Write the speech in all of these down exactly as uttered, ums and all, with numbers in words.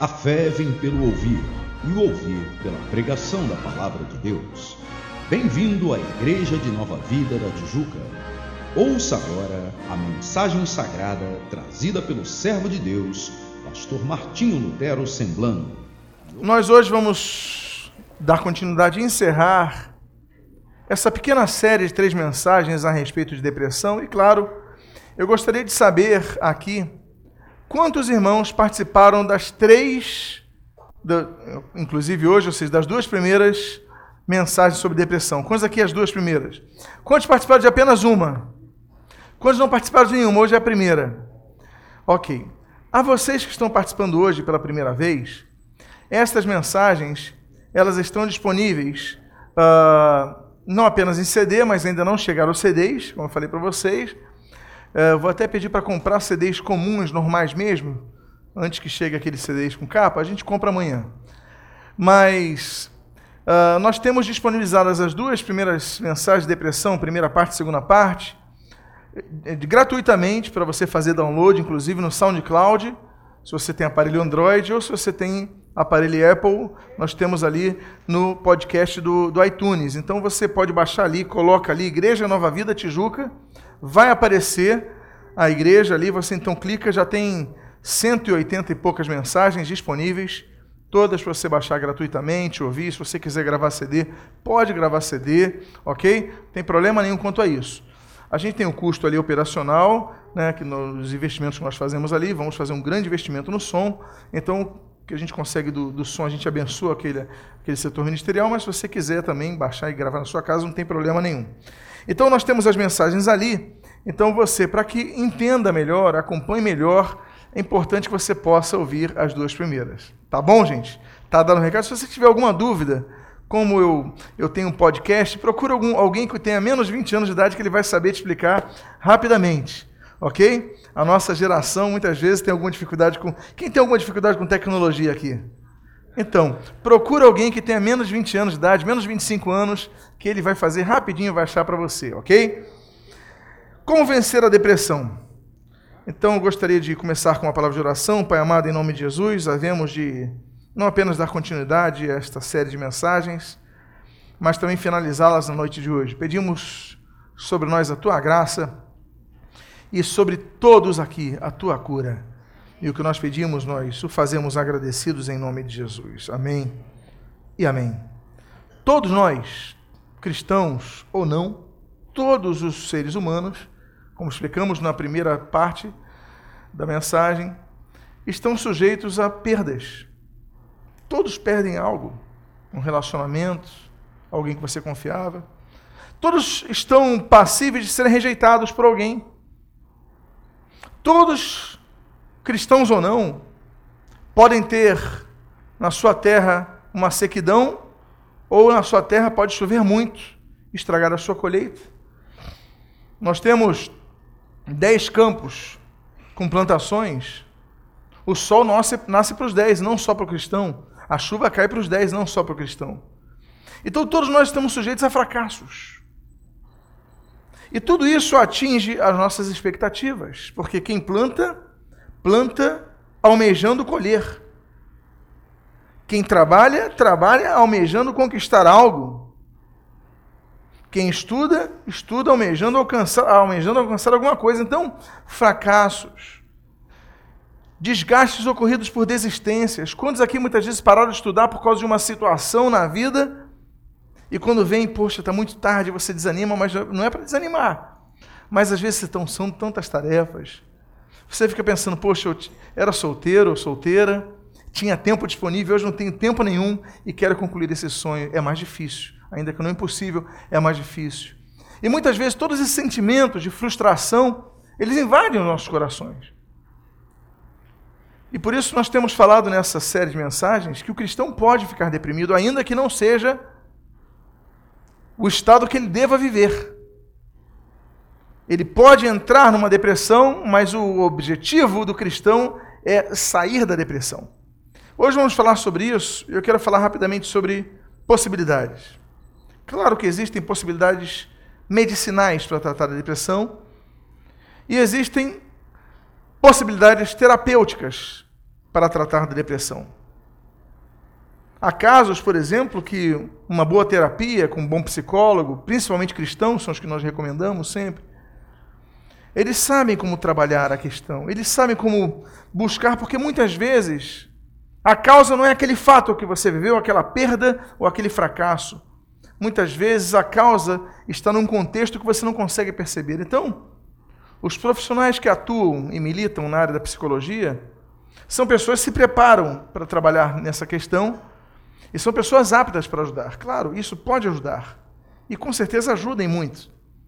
A fé vem pelo ouvir, e o ouvir pela pregação da Palavra de Deus. Bem-vindo à Igreja de Nova Vida da Tijuca. Ouça agora a mensagem sagrada trazida pelo servo de Deus, pastor Martinho Lutero Semblano. Nós hoje vamos dar continuidade e encerrar essa pequena série de três mensagens a respeito de depressão. E claro, eu gostaria de saber aqui quantos irmãos participaram das três, da, inclusive hoje, ou seja, das duas primeiras mensagens sobre depressão. Quantos aqui as duas primeiras? Quantos participaram de apenas uma? Quantos não participaram de nenhuma? Hoje é a primeira. Ok. A vocês que estão participando hoje pela primeira vez, estas mensagens, elas estão disponíveis uh, não apenas em C D, mas ainda não chegaram aos C Ds, como eu falei para vocês. Uh, vou até pedir para comprar C Ds comuns, normais mesmo, antes que chegue aqueles C Ds com capa, a gente compra amanhã. Mas uh, nós temos disponibilizadas as duas primeiras mensagens de depressão, primeira parte e segunda parte, gratuitamente para você fazer download, inclusive no SoundCloud, se você tem aparelho Android ou se você tem aparelho Apple, nós temos ali no podcast do, do iTunes. Então você pode baixar ali, coloca ali Igreja Nova Vida Tijuca, vai aparecer a igreja ali, você então clica, já tem cento e oitenta e poucas mensagens disponíveis, todas para você baixar gratuitamente, ouvir. Se você quiser gravar C D, pode gravar C D, ok? Não tem problema nenhum quanto a isso. A gente tem um custo ali operacional, né, que nos investimentos que nós fazemos ali, vamos fazer um grande investimento no som, então o que a gente consegue do, do som, a gente abençoa aquele, aquele setor ministerial, mas se você quiser também baixar e gravar na sua casa, não tem problema nenhum. Então nós temos as mensagens ali, então você, para que entenda melhor, acompanhe melhor, é importante que você possa ouvir as duas primeiras. Tá bom, gente? Tá dando um recado? Se você tiver alguma dúvida, como eu, eu tenho um podcast, procura algum, alguém que tenha menos de vinte anos de idade que ele vai saber te explicar rapidamente, ok? A nossa geração muitas vezes tem alguma dificuldade com... Quem tem alguma dificuldade com tecnologia aqui? Então, procura alguém que tenha menos de vinte anos de idade, menos de vinte e cinco anos, que ele vai fazer rapidinho, vai achar para você, ok? Como vencer a depressão? Então, eu gostaria de começar com uma palavra de oração. Pai amado, em nome de Jesus, havemos de não apenas dar continuidade a esta série de mensagens, mas também finalizá-las na noite de hoje. Pedimos sobre nós a Tua graça e sobre todos aqui a Tua cura. E o que nós pedimos, nós o fazemos agradecidos em nome de Jesus. Amém e amém. Todos nós, cristãos ou não, todos os seres humanos, como explicamos na primeira parte da mensagem, estão sujeitos a perdas. Todos perdem algo, um relacionamento, alguém que você confiava. Todos estão passíveis de serem rejeitados por alguém. Todos, cristãos ou não, podem ter na sua terra uma sequidão, ou na sua terra pode chover muito, estragar a sua colheita. Nós temos dez campos com plantações, o sol nasce, nasce para os dez, não só para o cristão. A chuva cai para os dez, não só para o cristão. Então todos nós estamos sujeitos a fracassos. E tudo isso atinge as nossas expectativas, porque quem planta, planta almejando colher. Quem trabalha, trabalha almejando conquistar algo. Quem estuda, estuda almejando alcançar, almejando alcançar alguma coisa. Então, fracassos, desgastes ocorridos por desistências. Quantos aqui muitas vezes pararam de estudar por causa de uma situação na vida e quando vem, poxa, está muito tarde, você desanima, mas não é para desanimar. Mas às vezes estão, são tantas tarefas. Você fica pensando, poxa, eu era solteiro ou solteira, tinha tempo disponível, hoje não tenho tempo nenhum e quero concluir esse sonho. É mais difícil. Ainda que não é impossível, é mais difícil. E muitas vezes todos esses sentimentos de frustração, eles invadem os nossos corações. E por isso nós temos falado nessa série de mensagens que o cristão pode ficar deprimido, ainda que não seja o estado que ele deva viver. Ele pode entrar numa depressão, mas o objetivo do cristão é sair da depressão. Hoje vamos falar sobre isso, e eu quero falar rapidamente sobre possibilidades. Claro que existem possibilidades medicinais para tratar da depressão, e existem possibilidades terapêuticas para tratar da depressão. Há casos, por exemplo, que uma boa terapia com um bom psicólogo, principalmente cristãos, são os que nós recomendamos sempre, eles sabem como trabalhar a questão, eles sabem como buscar, porque muitas vezes a causa não é aquele fato que você viveu, aquela perda ou aquele fracasso. Muitas vezes a causa está num contexto que você não consegue perceber. Então, os profissionais que atuam e militam na área da psicologia são pessoas que se preparam para trabalhar nessa questão e são pessoas aptas para ajudar. Claro, isso pode ajudar e com certeza ajuda em muito.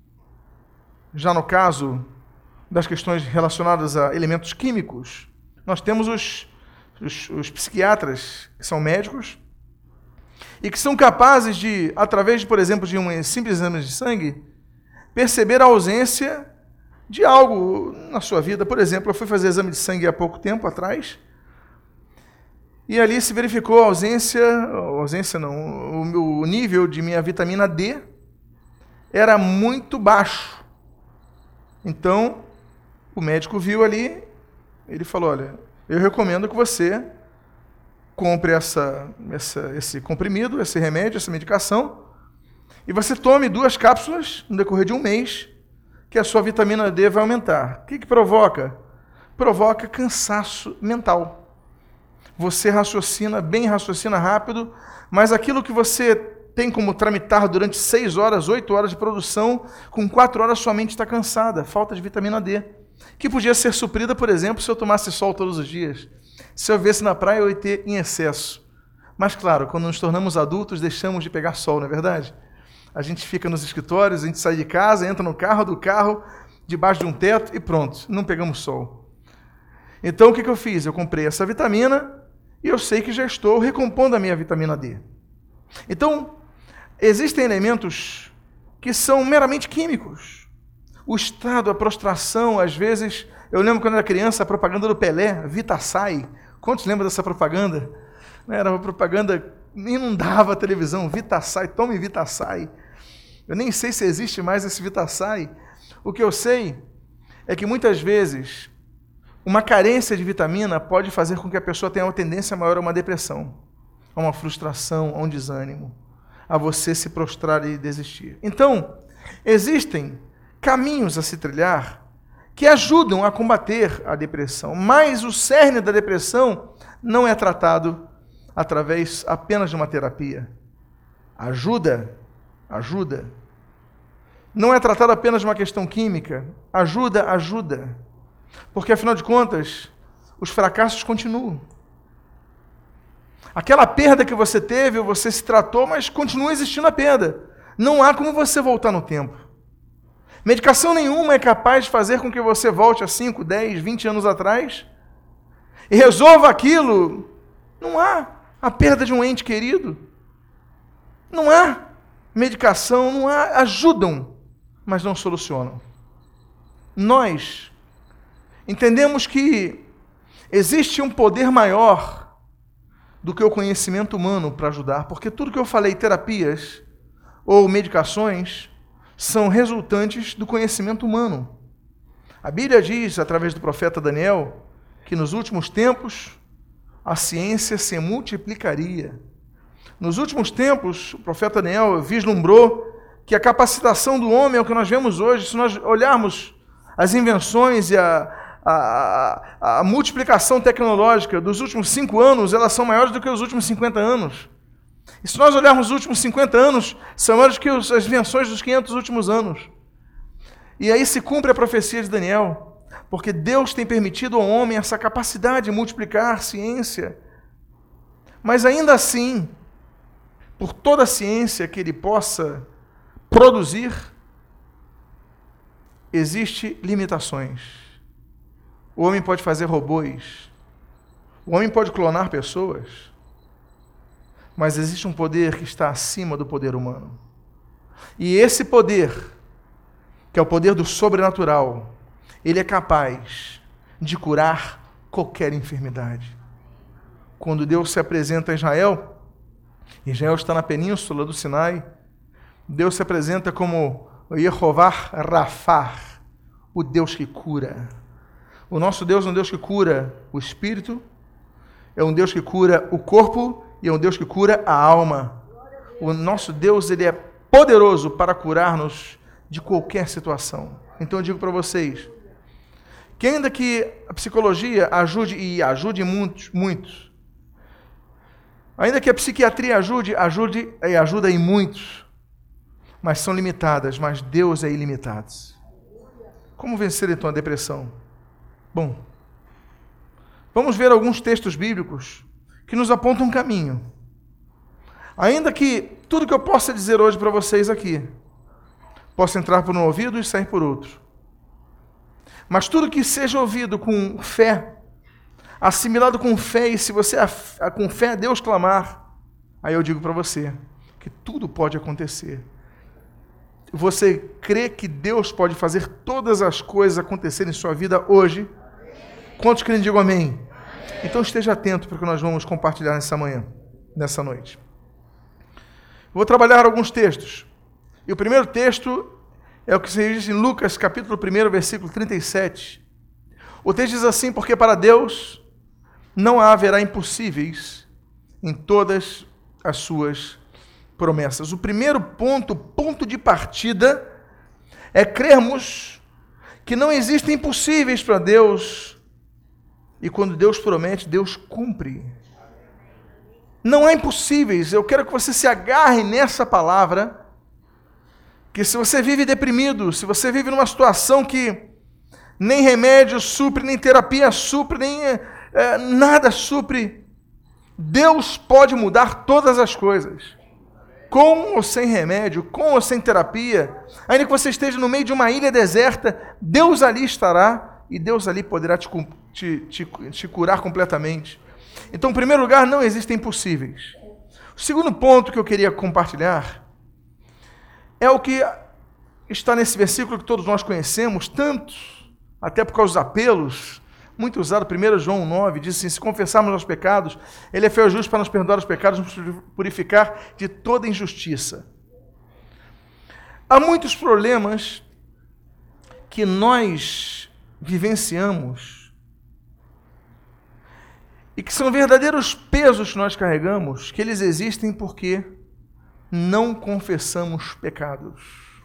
Já no caso das questões relacionadas a elementos químicos, nós temos os, os, os psiquiatras, que são médicos, e que são capazes de, através, por exemplo, de um simples exame de sangue, perceber a ausência de algo na sua vida. Por exemplo, eu fui fazer exame de sangue há pouco tempo atrás, e ali se verificou a ausência, a ausência não, o, o nível de minha vitamina D era muito baixo. Então, o médico viu ali, ele falou, olha, eu recomendo que você compre essa, essa, esse comprimido, esse remédio, essa medicação, e você tome duas cápsulas no decorrer de um mês, que a sua vitamina D vai aumentar. O que, que provoca? Provoca cansaço mental. Você raciocina bem, raciocina rápido, mas aquilo que você tem como tramitar durante seis horas, oito horas de produção, com quatro horas sua mente está cansada, falta de vitamina D, que podia ser suprida, por exemplo, se eu tomasse sol todos os dias. Se eu visse na praia, eu ia ter em excesso. Mas, claro, quando nos tornamos adultos, deixamos de pegar sol, não é verdade? A gente fica nos escritórios, a gente sai de casa, entra no carro, do carro, debaixo de um teto e pronto, não pegamos sol. Então, o que, que eu fiz? Eu comprei essa vitamina e eu sei que já estou recompondo a minha vitamina D. Então, existem elementos que são meramente químicos. O estado, a prostração, às vezes... Eu lembro quando era criança, a propaganda do Pelé, Vitasay. Quantos lembram dessa propaganda? Era uma propaganda, inundava a televisão, Vitasay, tome Vitasay. Eu nem sei se existe mais esse Vitasay. O que eu sei é que muitas vezes uma carência de vitamina pode fazer com que a pessoa tenha uma tendência maior a uma depressão, a uma frustração, a um desânimo, a você se prostrar e desistir. Então, existem caminhos a se trilhar que ajudam a combater a depressão, mas o cerne da depressão não é tratado através apenas de uma terapia. Ajuda, ajuda. Não é tratado apenas de uma questão química. Ajuda, ajuda. Porque, afinal de contas, os fracassos continuam. Aquela perda que você teve, você se tratou, mas continua existindo a perda. Não há como você voltar no tempo. Medicação nenhuma é capaz de fazer com que você volte a cinco, dez, vinte anos atrás e resolva aquilo. Não há a perda de um ente querido. Não há medicação, não há, ajudam, mas não solucionam. Nós entendemos que existe um poder maior do que o conhecimento humano para ajudar, porque tudo que eu falei, terapias ou medicações, são resultantes do conhecimento humano. A Bíblia diz, através do profeta Daniel, que nos últimos tempos a ciência se multiplicaria. Nos últimos tempos, o profeta Daniel vislumbrou que a capacitação do homem é o que nós vemos hoje. Se nós olharmos as invenções e a, a, a, a multiplicação tecnológica dos últimos cinco anos, elas são maiores do que os últimos cinquenta anos. E se nós olharmos os últimos cinquenta anos, são maiores do que as invenções dos quinhentos últimos anos. E aí se cumpre a profecia de Daniel, porque Deus tem permitido ao homem essa capacidade de multiplicar ciência. Mas ainda assim, por toda a ciência que ele possa produzir, existem limitações. O homem pode fazer robôs, o homem pode clonar pessoas, mas existe um poder que está acima do poder humano. E esse poder, que é o poder do sobrenatural, ele é capaz de curar qualquer enfermidade. Quando Deus se apresenta a Israel, Israel está na península do Sinai, Deus se apresenta como Yehová Rafá, o Deus que cura. O nosso Deus é um Deus que cura o espírito, é um Deus que cura o corpo e é um Deus que cura a alma. O nosso Deus, ele é poderoso para curar-nos de qualquer situação. Então eu digo para vocês, que ainda que a psicologia ajude, e ajude muitos, muitos, ainda que a psiquiatria ajude, ajude e ajuda em muitos, mas são limitadas, mas Deus é ilimitado. Como vencer então a depressão? Bom, vamos ver alguns textos bíblicos que nos apontam um caminho. Ainda que tudo que eu possa dizer hoje para vocês aqui possa entrar por um ouvido e sair por outro. Mas tudo que seja ouvido com fé, assimilado com fé, e se você com fé a Deus clamar, aí eu digo para você que tudo pode acontecer. Você crê que Deus pode fazer todas as coisas acontecerem em sua vida hoje? Quantos creem, digam amém? Então esteja atento para o que nós vamos compartilhar nessa manhã, nessa noite. Vou trabalhar alguns textos. E o primeiro texto é o que se diz em Lucas, capítulo um, versículo trinta e sete. O texto diz assim: porque para Deus não haverá impossíveis em todas as suas promessas. O primeiro ponto, ponto de partida, é crermos que não existem impossíveis para Deus. E quando Deus promete, Deus cumpre. Não há impossíveis. Eu quero que você se agarre nessa palavra, que se você vive deprimido, se você vive numa situação que nem remédio supre, nem terapia supre, nem é, nada supre, Deus pode mudar todas as coisas. Com ou sem remédio, com ou sem terapia, ainda que você esteja no meio de uma ilha deserta, Deus ali estará e Deus ali poderá te, te, te, te curar completamente. Então, em primeiro lugar, não existem impossíveis. O segundo ponto que eu queria compartilhar é o que está nesse versículo que todos nós conhecemos, tanto, até por causa dos apelos, muito usado, primeiro João nove, diz assim: se confessarmos nossos pecados, Ele é fiel e justo para nos perdoar os pecados, nos purificar de toda injustiça. Há muitos problemas que nós vivenciamos e que são verdadeiros pesos que nós carregamos, que eles existem porque não confessamos pecados.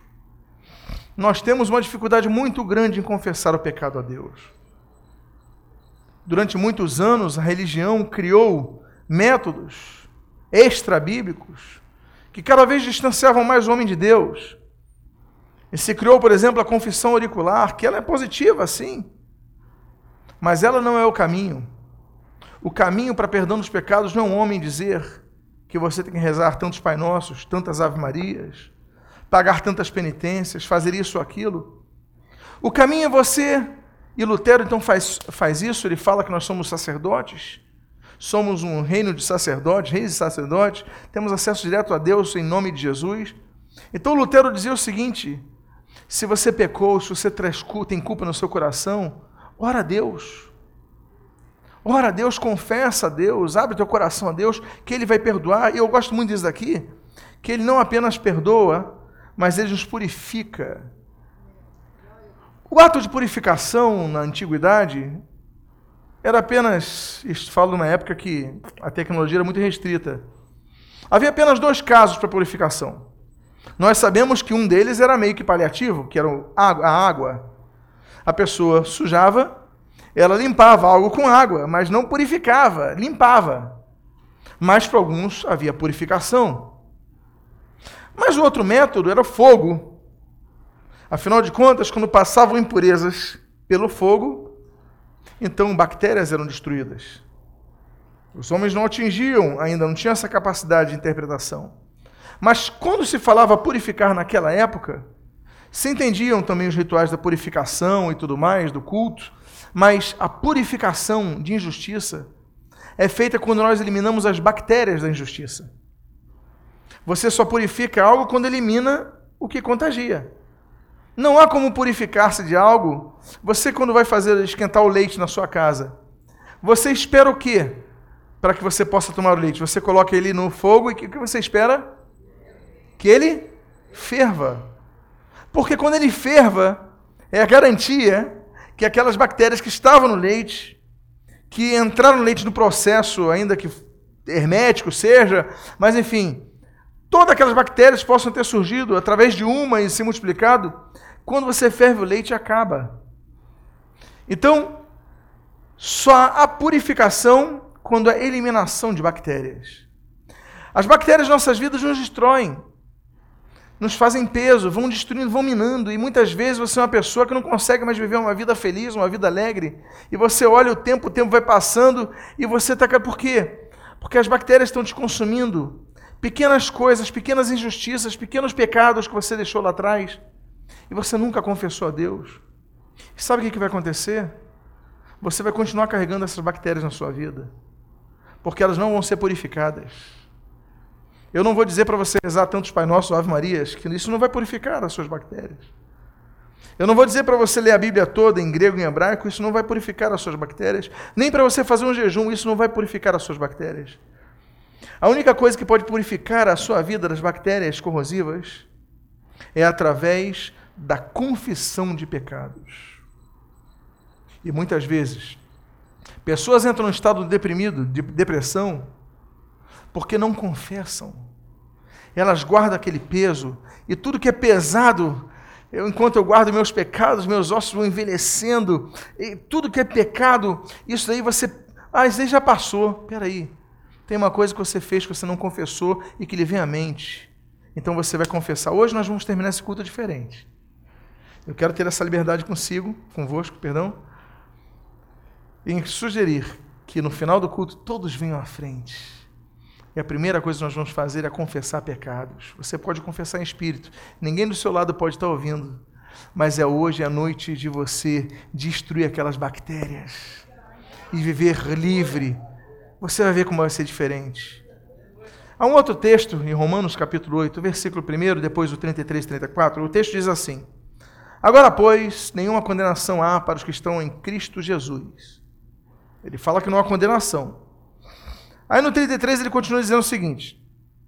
Nós temos uma dificuldade muito grande em confessar o pecado a Deus. Durante muitos anos, a religião criou métodos extra-bíblicos que cada vez distanciavam mais o homem de Deus. E se criou, por exemplo, a confissão auricular, que ela é positiva, sim, mas ela não é o caminho. O caminho para perdão dos pecados não é um homem dizer que você tem que rezar tantos Pai Nossos, tantas Ave Marias, pagar tantas penitências, fazer isso ou aquilo. O caminho é você, e Lutero então faz, faz isso, ele fala que nós somos sacerdotes, somos um reino de sacerdotes, reis e sacerdotes, temos acesso direto a Deus em nome de Jesus. Então Lutero dizia o seguinte: se você pecou, se você tem culpa no seu coração, ora a Deus. Ora a Deus, confessa a Deus, abre teu coração a Deus, que Ele vai perdoar. E eu gosto muito disso daqui, que Ele não apenas perdoa, mas Ele nos purifica. O ato de purificação na antiguidade era apenas, falo numa época que a tecnologia era muito restrita, havia apenas dois casos para purificação. Nós sabemos que um deles era meio que paliativo, que era a água. A pessoa sujava, ela limpava algo com água, mas não purificava, limpava. Mas para alguns havia purificação. Mas o outro método era fogo. Afinal de contas, quando passavam impurezas pelo fogo, então bactérias eram destruídas. Os homens não atingiam ainda, não tinham essa capacidade de interpretação. Mas quando se falava purificar naquela época, se entendiam também os rituais da purificação e tudo mais, do culto, mas a purificação de injustiça é feita quando nós eliminamos as bactérias da injustiça. Você só purifica algo quando elimina o que contagia. Não há como purificar-se de algo. Você, quando vai fazer esquentar o leite na sua casa, você espera o quê para que você possa tomar o leite? Você coloca ele no fogo e o que você espera? Que ele ferva. Porque quando ele ferva, é a garantia que aquelas bactérias que estavam no leite, que entraram no leite no processo, ainda que hermético seja, mas enfim, todas aquelas bactérias possam ter surgido através de uma e se multiplicado, quando você ferve o leite, acaba. Então, só há purificação quando há eliminação de bactérias. As bactérias nas nossas vidas nos destroem, nos fazem peso, vão destruindo, vão minando, e muitas vezes você é uma pessoa que não consegue mais viver uma vida feliz, uma vida alegre, e você olha o tempo, o tempo vai passando, e você está... Por quê? Porque as bactérias estão te consumindo. Pequenas coisas, pequenas injustiças, pequenos pecados que você deixou lá atrás, e você nunca confessou a Deus. E sabe o que vai acontecer? Você vai continuar carregando essas bactérias na sua vida, porque elas não vão ser purificadas. Eu não vou dizer para você rezar tantos Pai Nosso, Ave Marias, que isso não vai purificar as suas bactérias. Eu não vou dizer para você ler a Bíblia toda em grego e em hebraico, isso não vai purificar as suas bactérias. Nem para você fazer um jejum, isso não vai purificar as suas bactérias. A única coisa que pode purificar a sua vida das bactérias corrosivas é através da confissão de pecados. E muitas vezes, pessoas entram num estado deprimido, de depressão, porque não confessam. Elas guardam aquele peso, e tudo que é pesado, eu, enquanto eu guardo meus pecados, meus ossos vão envelhecendo, e tudo que é pecado, isso aí você, ah, isso aí já passou. Peraí, tem uma coisa que você fez que você não confessou e que lhe vem à mente. Então você vai confessar. Hoje nós vamos terminar esse culto diferente. Eu quero ter essa liberdade consigo, convosco, perdão, em sugerir que no final do culto todos venham à frente. E a primeira coisa que nós vamos fazer é confessar pecados. Você pode confessar em espírito. Ninguém do seu lado pode estar ouvindo. Mas é hoje a noite de você destruir aquelas bactérias e viver livre. Você vai ver como vai ser diferente. Há um outro texto em Romanos capítulo oito, versículo um, depois do trinta e três e trinta e quatro. O texto diz assim: agora, pois, nenhuma condenação há para os que estão em Cristo Jesus. Ele fala que não há condenação. Aí no trinta e três ele continua dizendo o seguinte: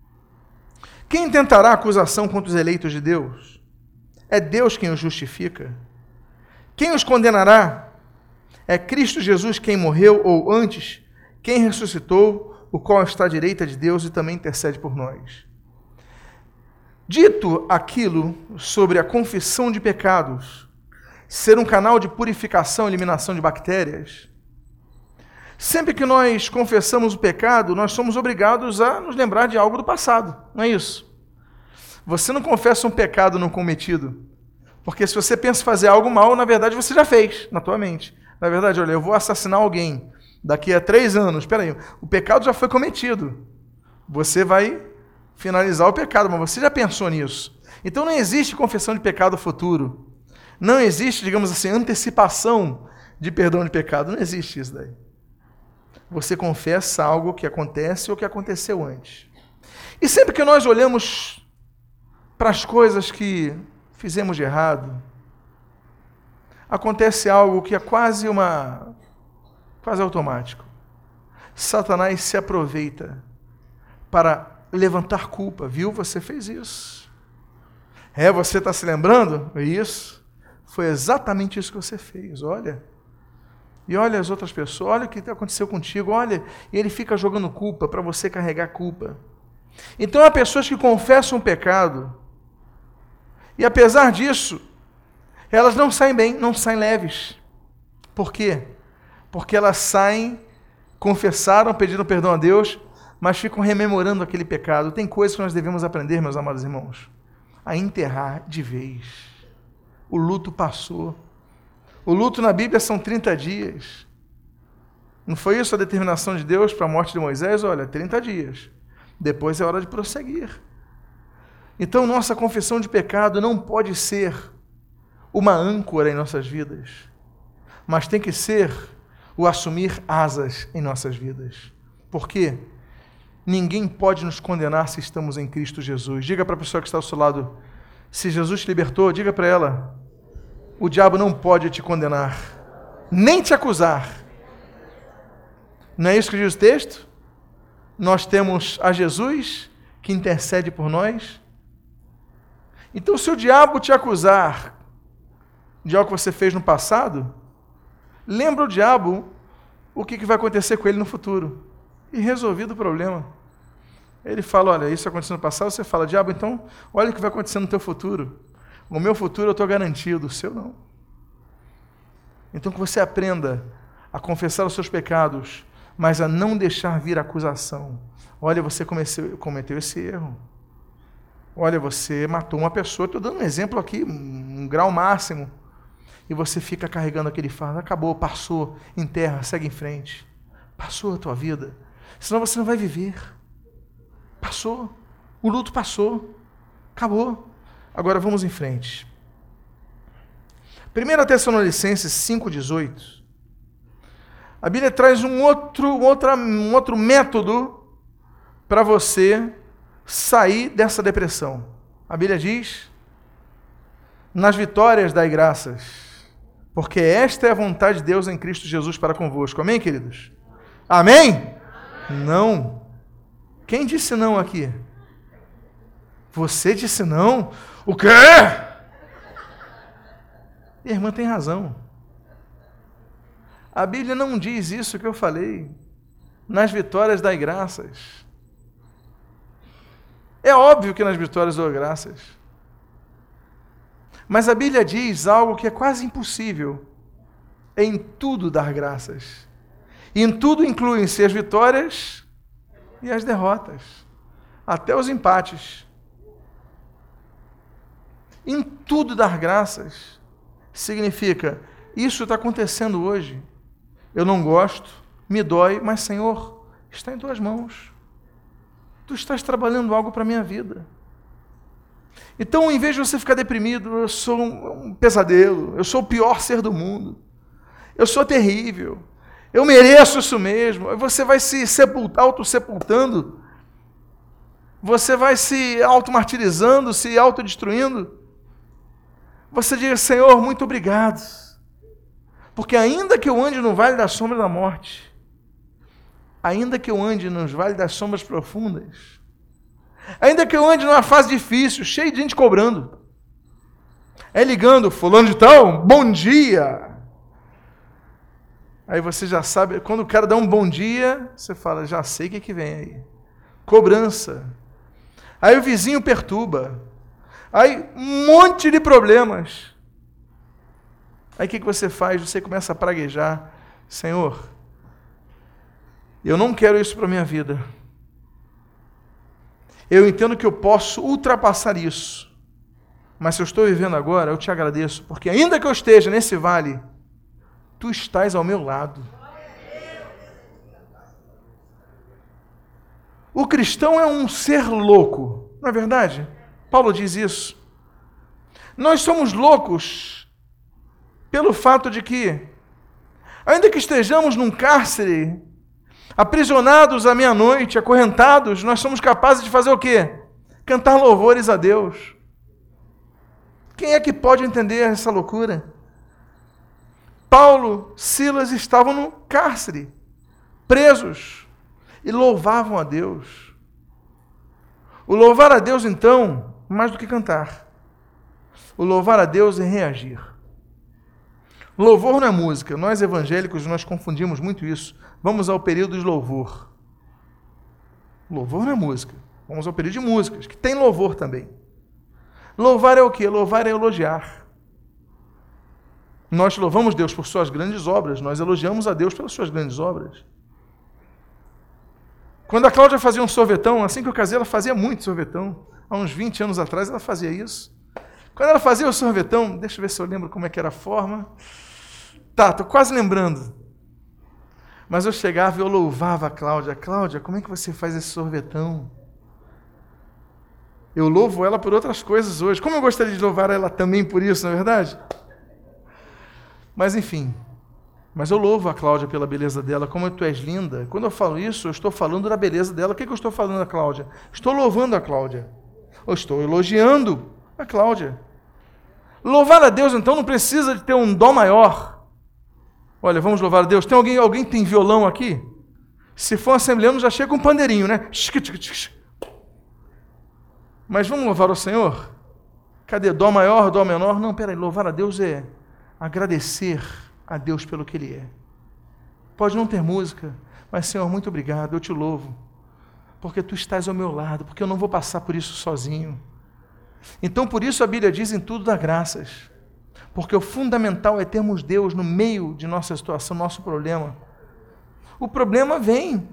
quem tentará acusação contra os eleitos de Deus? É Deus quem os justifica. Quem os condenará? É Cristo Jesus quem morreu, ou antes, quem ressuscitou, o qual está à direita de Deus e também intercede por nós. Dito aquilo sobre a confissão de pecados, ser um canal de purificação e eliminação de bactérias, sempre que nós confessamos o pecado, nós somos obrigados a nos lembrar de algo do passado, não é isso? Você não confessa um pecado não cometido, porque se você pensa fazer algo mal, na verdade você já fez, na tua mente. Na verdade, olha, eu vou assassinar alguém daqui a três anos, espera aí, o pecado já foi cometido. Você vai finalizar o pecado, mas você já pensou nisso. Então não existe confissão de pecado futuro. Não existe, digamos assim, antecipação de perdão de pecado. Não existe isso daí. Você confessa algo que acontece ou que aconteceu antes. E sempre que nós olhamos para as coisas que fizemos de errado, acontece algo que é quase uma, quase automático. Satanás se aproveita para levantar culpa. Viu? Você fez isso. É, você está se lembrando? Isso. Foi exatamente isso que você fez. Olha. E olha as outras pessoas, olha o que aconteceu contigo, olha, e ele fica jogando culpa para você carregar culpa. Então há pessoas que confessam o pecado, e apesar disso, elas não saem bem, não saem leves. Por quê? Porque elas saem, confessaram, pediram perdão a Deus, mas ficam rememorando aquele pecado. Tem coisas que nós devemos aprender, meus amados irmãos, a enterrar de vez. O luto passou. O luto na Bíblia são trinta dias. Não foi isso a determinação de Deus para a morte de Moisés? Olha, trinta dias. Depois é hora de prosseguir. Então, nossa confissão de pecado não pode ser uma âncora em nossas vidas, mas tem que ser o assumir asas em nossas vidas. Por quê? Ninguém pode nos condenar se estamos em Cristo Jesus. Diga para a pessoa que está ao seu lado, se Jesus te libertou, diga para ela, o diabo não pode te condenar, nem te acusar. Não é isso que diz o texto? Nós temos a Jesus que intercede por nós. Então, se o diabo te acusar de algo que você fez no passado, lembra o diabo o que, que vai acontecer com ele no futuro. E resolvido o problema. Ele fala, olha, isso aconteceu no passado, você fala, diabo, então, olha o que vai acontecer no teu futuro. O meu futuro eu estou garantido, o seu não. Então que você aprenda a confessar os seus pecados, mas a não deixar vir acusação. Olha, você comeceu, cometeu esse erro. Olha, você matou uma pessoa, estou dando um exemplo aqui, um grau máximo, e você fica carregando aquele fardo, acabou, passou, enterra, segue em frente. Passou a tua vida, senão você não vai viver. Passou, o luto passou, acabou. Agora vamos em frente. primeira Tessalonicenses cinco, dezoito. A Bíblia traz um outro, outra, um outro método para você sair dessa depressão. A Bíblia diz, nas vitórias dai graças, porque esta é a vontade de Deus em Cristo Jesus para convosco. Amém, queridos? Amém? Amém? Não. Quem disse não aqui? Você disse não? O quê? E a irmã tem razão. A Bíblia não diz isso que eu falei. Nas vitórias dai graças. É óbvio que nas vitórias dou graças. Mas a Bíblia diz algo que é quase impossível. Em tudo dar graças. E em tudo incluem-se as vitórias e as derrotas. Até os empates. Em tudo dar graças significa, isso está acontecendo hoje. Eu não gosto, me dói, mas Senhor, está em tuas mãos. Tu estás trabalhando algo para a minha vida. Então, em vez de você ficar deprimido, eu sou um pesadelo, eu sou o pior ser do mundo, eu sou terrível, eu mereço isso mesmo, você vai se sepultar, auto-sepultando, você vai se auto-martirizando, se autodestruindo. Você diz, Senhor, muito obrigado, porque ainda que eu ande no vale da sombra da morte, ainda que eu ande nos vales das sombras profundas, ainda que eu ande numa fase difícil, cheia de gente cobrando, é ligando, fulano de tal, bom dia. Aí você já sabe, quando o cara dá um bom dia, você fala, já sei o que, que vem aí. Cobrança. Aí o vizinho perturba. Aí, um monte de problemas. Aí, o que, que você faz? Você começa a praguejar. Senhor, eu não quero isso para a minha vida. Eu entendo que eu posso ultrapassar isso. Mas se eu estou vivendo agora, eu te agradeço. Porque ainda que eu esteja nesse vale, tu estás ao meu lado. O cristão é um ser louco. Não é verdade? Paulo diz isso. Nós somos loucos pelo fato de que, ainda que estejamos num cárcere, aprisionados à meia-noite, acorrentados, nós somos capazes de fazer o quê? Cantar louvores a Deus. Quem é que pode entender essa loucura? Paulo, Silas estavam no cárcere, presos, e louvavam a Deus. O louvar a Deus, então, mais do que cantar. O louvar a Deus é reagir. Louvor não é música. Nós evangélicos, nós confundimos muito isso. Vamos ao período de louvor. Louvor não é música. Vamos ao período de músicas, que tem louvor também. Louvar é o quê? Louvar é elogiar. Nós louvamos Deus por suas grandes obras. Nós elogiamos a Deus pelas suas grandes obras. Quando a Cláudia fazia um sorvetão, assim que eu casei, ela fazia muito sorvetão. Há uns vinte anos atrás ela fazia isso. Quando ela fazia o sorvetão, deixa eu ver se eu lembro como é que era a forma. Tá, estou quase lembrando. Mas eu chegava e eu louvava a Cláudia. Cláudia, como é que você faz esse sorvetão? Eu louvo ela por outras coisas hoje. Como eu gostaria de louvar ela também por isso, não é verdade? Mas enfim. Mas eu louvo a Cláudia pela beleza dela, como tu és linda. Quando eu falo isso, eu estou falando da beleza dela. O que, que eu estou falando da Cláudia? Estou louvando a Cláudia. Eu estou elogiando a Cláudia. Louvar a Deus, então, não precisa de ter um dó maior. Olha, vamos louvar a Deus. Tem alguém, alguém que tem violão aqui? Se for um assembleano, já chega com um pandeirinho, né? Mas vamos louvar o Senhor? Cadê? Dó maior, dó menor? Não, peraí, louvar a Deus é agradecer a Deus pelo que Ele é. pode não ter música, mas, Senhor, muito obrigado, eu te louvo, porque Tu estás ao meu lado, porque eu não vou passar por isso sozinho. Então, por isso a Bíblia diz: em tudo dá graças, porque o fundamental é termos Deus no meio de nossa situação, nosso problema. O problema vem.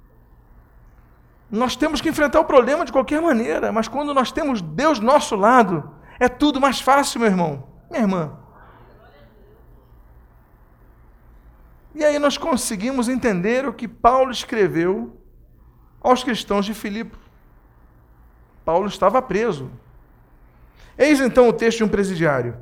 Nós temos que enfrentar o problema de qualquer maneira, mas quando nós temos Deus do nosso lado, é tudo mais fácil, meu irmão, minha irmã. E aí nós conseguimos entender o que Paulo escreveu aos cristãos de Filipe. Paulo estava preso. Eis então o texto de um presidiário.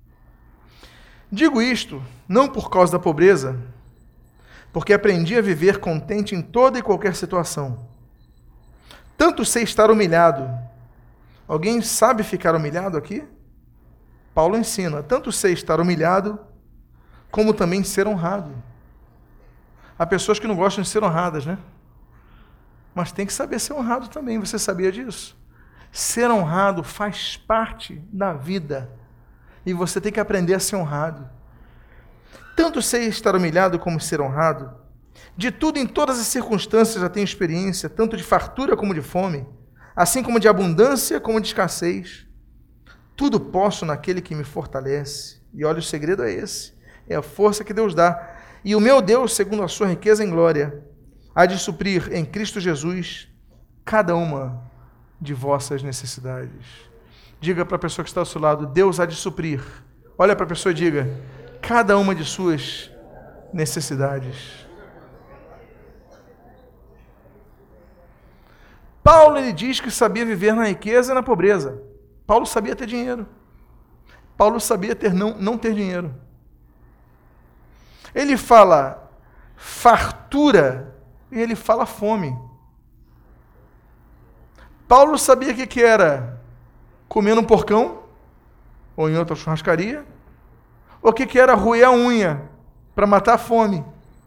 Digo isto, não por causa da pobreza, porque aprendi a viver contente em toda e qualquer situação. Tanto sei estar humilhado. Alguém sabe ficar humilhado aqui? Paulo ensina, tanto sei estar humilhado, como também ser honrado. Há pessoas que não gostam de ser honradas, né? Mas tem que saber ser honrado também, você sabia disso? Ser honrado faz parte da vida, e você tem que aprender a ser honrado. Tanto sei estar humilhado como ser honrado. De tudo, em todas as circunstâncias, já tenho experiência, tanto de fartura como de fome, assim como de abundância como de escassez. Tudo posso naquele que me fortalece. E olha, o segredo é esse, é a força que Deus dá. E o meu Deus, segundo a sua riqueza em glória, há de suprir em Cristo Jesus cada uma de vossas necessidades. Diga para a pessoa que está ao seu lado: Deus há de suprir. Olha para a pessoa e diga: cada uma de suas necessidades. Paulo, ele diz que sabia viver na riqueza e na pobreza. Paulo sabia ter dinheiro. Paulo sabia ter não, não ter dinheiro. Ele fala fartura e ele fala fome. Paulo sabia o que, que era comer num porcão, ou em outra churrascaria, ou o que, que era roer a unha para matar a fome.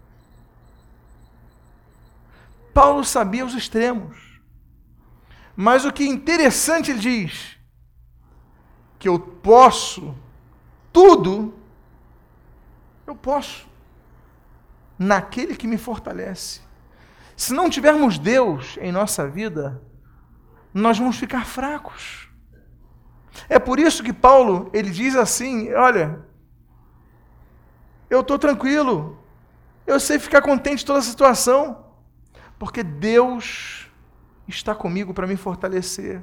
Paulo sabia os extremos. Mas o que é interessante, ele diz que eu posso tudo, eu posso naquele que me fortalece. Se não tivermos Deus em nossa vida, nós vamos ficar fracos. É por isso que Paulo, ele diz assim: olha, eu estou tranquilo, eu sei ficar contente em toda a situação, porque Deus está comigo para me fortalecer.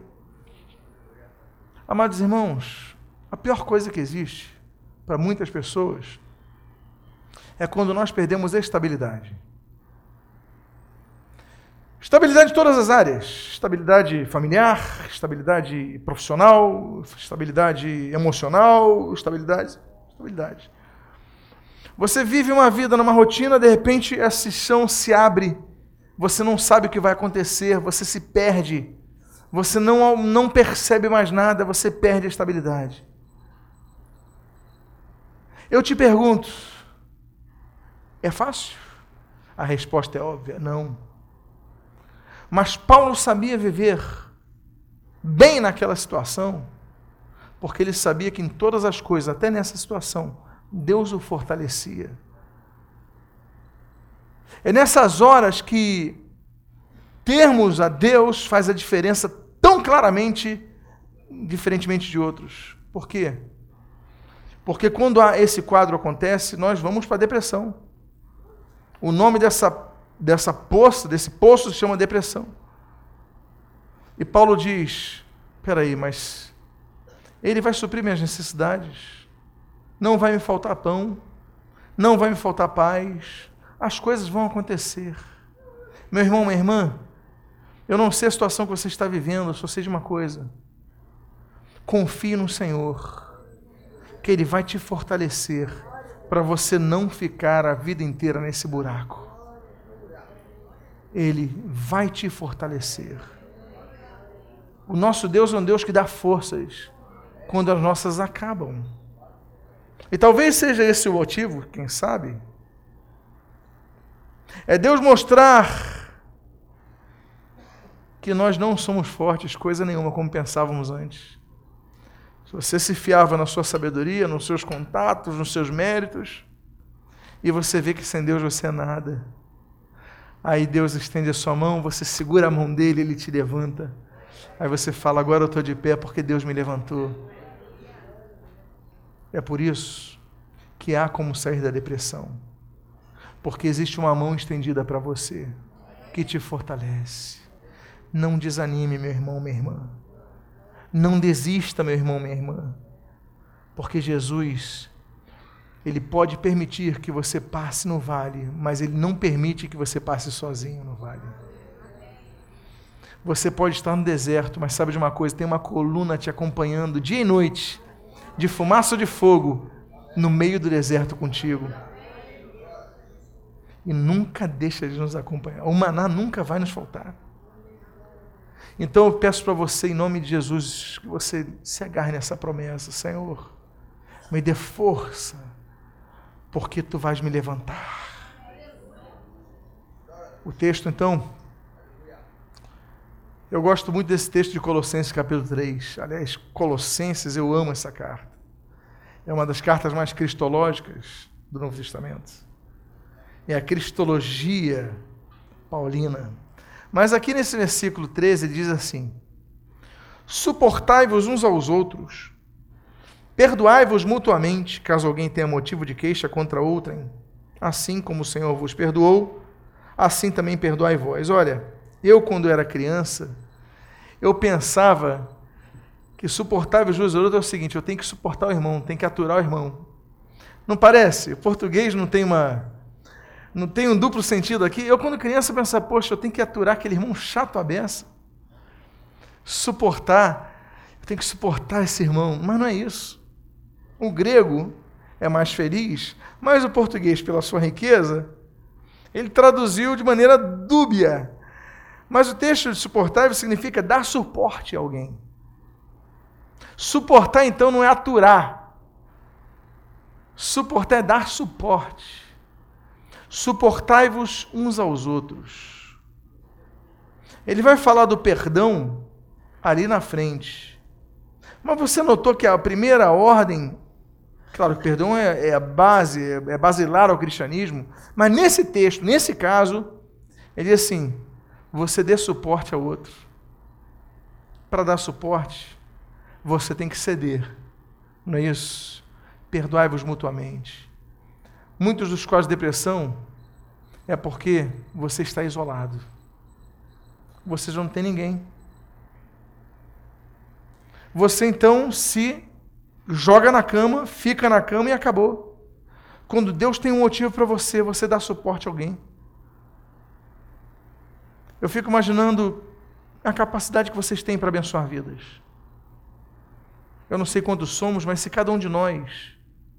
Amados irmãos, a pior coisa que existe para muitas pessoas é quando nós perdemos a estabilidade. Estabilidade em todas as áreas. Estabilidade familiar, estabilidade profissional, estabilidade emocional, estabilidade, estabilidade. Você vive uma vida numa rotina, de repente esse chão se abre, você não sabe o que vai acontecer, você se perde, você não, não percebe mais nada, você perde a estabilidade. Eu te pergunto, é fácil? A resposta é óbvia, não. Mas Paulo sabia viver bem naquela situação, porque ele sabia que em todas as coisas, até nessa situação, Deus o fortalecia. É nessas horas que termos a Deus faz a diferença tão claramente, diferentemente de outros. Por quê? Porque quando esse quadro acontece, nós vamos para a depressão. O nome dessa, dessa poça, desse poço se chama depressão. E Paulo diz, espera aí, mas Ele vai suprir minhas necessidades, não vai me faltar pão, não vai me faltar paz, as coisas vão acontecer. Meu irmão, minha irmã, eu não sei a situação que você está vivendo, eu só sei de uma coisa: confie no Senhor, que Ele vai te fortalecer para você não ficar a vida inteira nesse buraco. Ele vai te fortalecer. O nosso Deus é um Deus que dá forças quando as nossas acabam. E talvez seja esse o motivo, quem sabe? É Deus mostrar que nós não somos fortes, coisa nenhuma, como pensávamos antes. Se você se fiava na sua sabedoria, nos seus contatos, nos seus méritos, e você vê que sem Deus você é nada. Aí Deus estende a sua mão, você segura a mão dele, ele te levanta. Aí você fala, agora eu estou de pé porque Deus me levantou. É por isso que há como sair da depressão. Porque existe uma mão estendida para você, que te fortalece. Não desanime, meu irmão, minha irmã. Não desista, meu irmão, minha irmã. Porque Jesus, Ele pode permitir que você passe no vale, mas Ele não permite que você passe sozinho no vale. Você pode estar no deserto, mas sabe de uma coisa? Tem uma coluna te acompanhando dia e noite, de fumaça ou de fogo, no meio do deserto contigo. E nunca deixa de nos acompanhar. O maná nunca vai nos faltar. Então eu peço para você, em nome de Jesus, que você se agarre nessa promessa. Senhor, me dê força, porque Tu vais me levantar. O texto, então, eu gosto muito desse texto de Colossenses capítulo três. Aliás, Colossenses, eu amo essa carta. É uma das cartas mais cristológicas do Novo Testamento. É a cristologia paulina. Mas aqui nesse versículo treze diz assim: suportai-vos uns aos outros, perdoai-vos mutuamente, caso alguém tenha motivo de queixa contra outrem, assim como o Senhor vos perdoou, assim também perdoai vós. Olha, eu quando era criança, eu pensava que suportai-vos uns aos outros é o seguinte: eu tenho que suportar o irmão, tenho que aturar o irmão. Não parece? O português não tem uma... Não tem um duplo sentido aqui? Eu, quando criança, pensava, poxa, eu tenho que aturar aquele irmão chato à beça. Suportar, eu tenho que suportar esse irmão. Mas não é isso. O grego é mais feliz, mas o português, pela sua riqueza, ele traduziu de maneira dúbia. Mas o texto de suportar significa dar suporte a alguém. Suportar, então, não é aturar. Suportar é dar suporte. Suportai-vos uns aos outros. Ele vai falar do perdão ali na frente. Mas você notou que a primeira ordem, claro, o perdão é, é a base, é basilar ao cristianismo, mas nesse texto, nesse caso, ele diz assim: você dê suporte ao outro. Para dar suporte, você tem que ceder. Não é isso? Perdoai-vos mutuamente. Muitos dos quais de depressão é porque você está isolado. Você já não tem ninguém. Você então se joga na cama, fica na cama e acabou. Quando Deus tem um motivo para você, você dá suporte a alguém. Eu fico imaginando a capacidade que vocês têm para abençoar vidas. Eu não sei quantos somos, mas se cada um de nós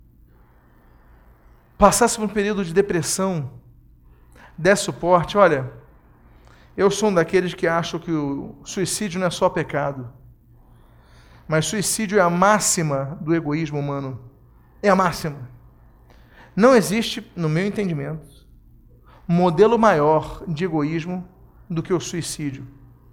passasse por um período de depressão, desse suporte, olha, eu sou um daqueles que acham que o suicídio não é só pecado, mas suicídio é a máxima do egoísmo humano. É a máxima. Não existe, no meu entendimento, um modelo maior de egoísmo do que o suicídio.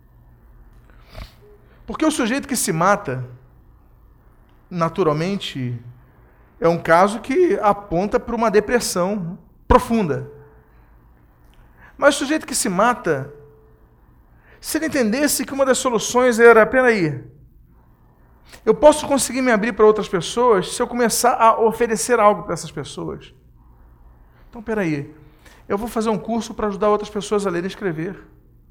Porque o sujeito que se mata, naturalmente, é um caso que aponta para uma depressão profunda. Mas o sujeito que se mata, se ele entendesse que uma das soluções era, peraí, eu posso conseguir me abrir para outras pessoas se eu começar a oferecer algo para essas pessoas. Então, peraí, eu vou fazer um curso para ajudar outras pessoas a ler e escrever.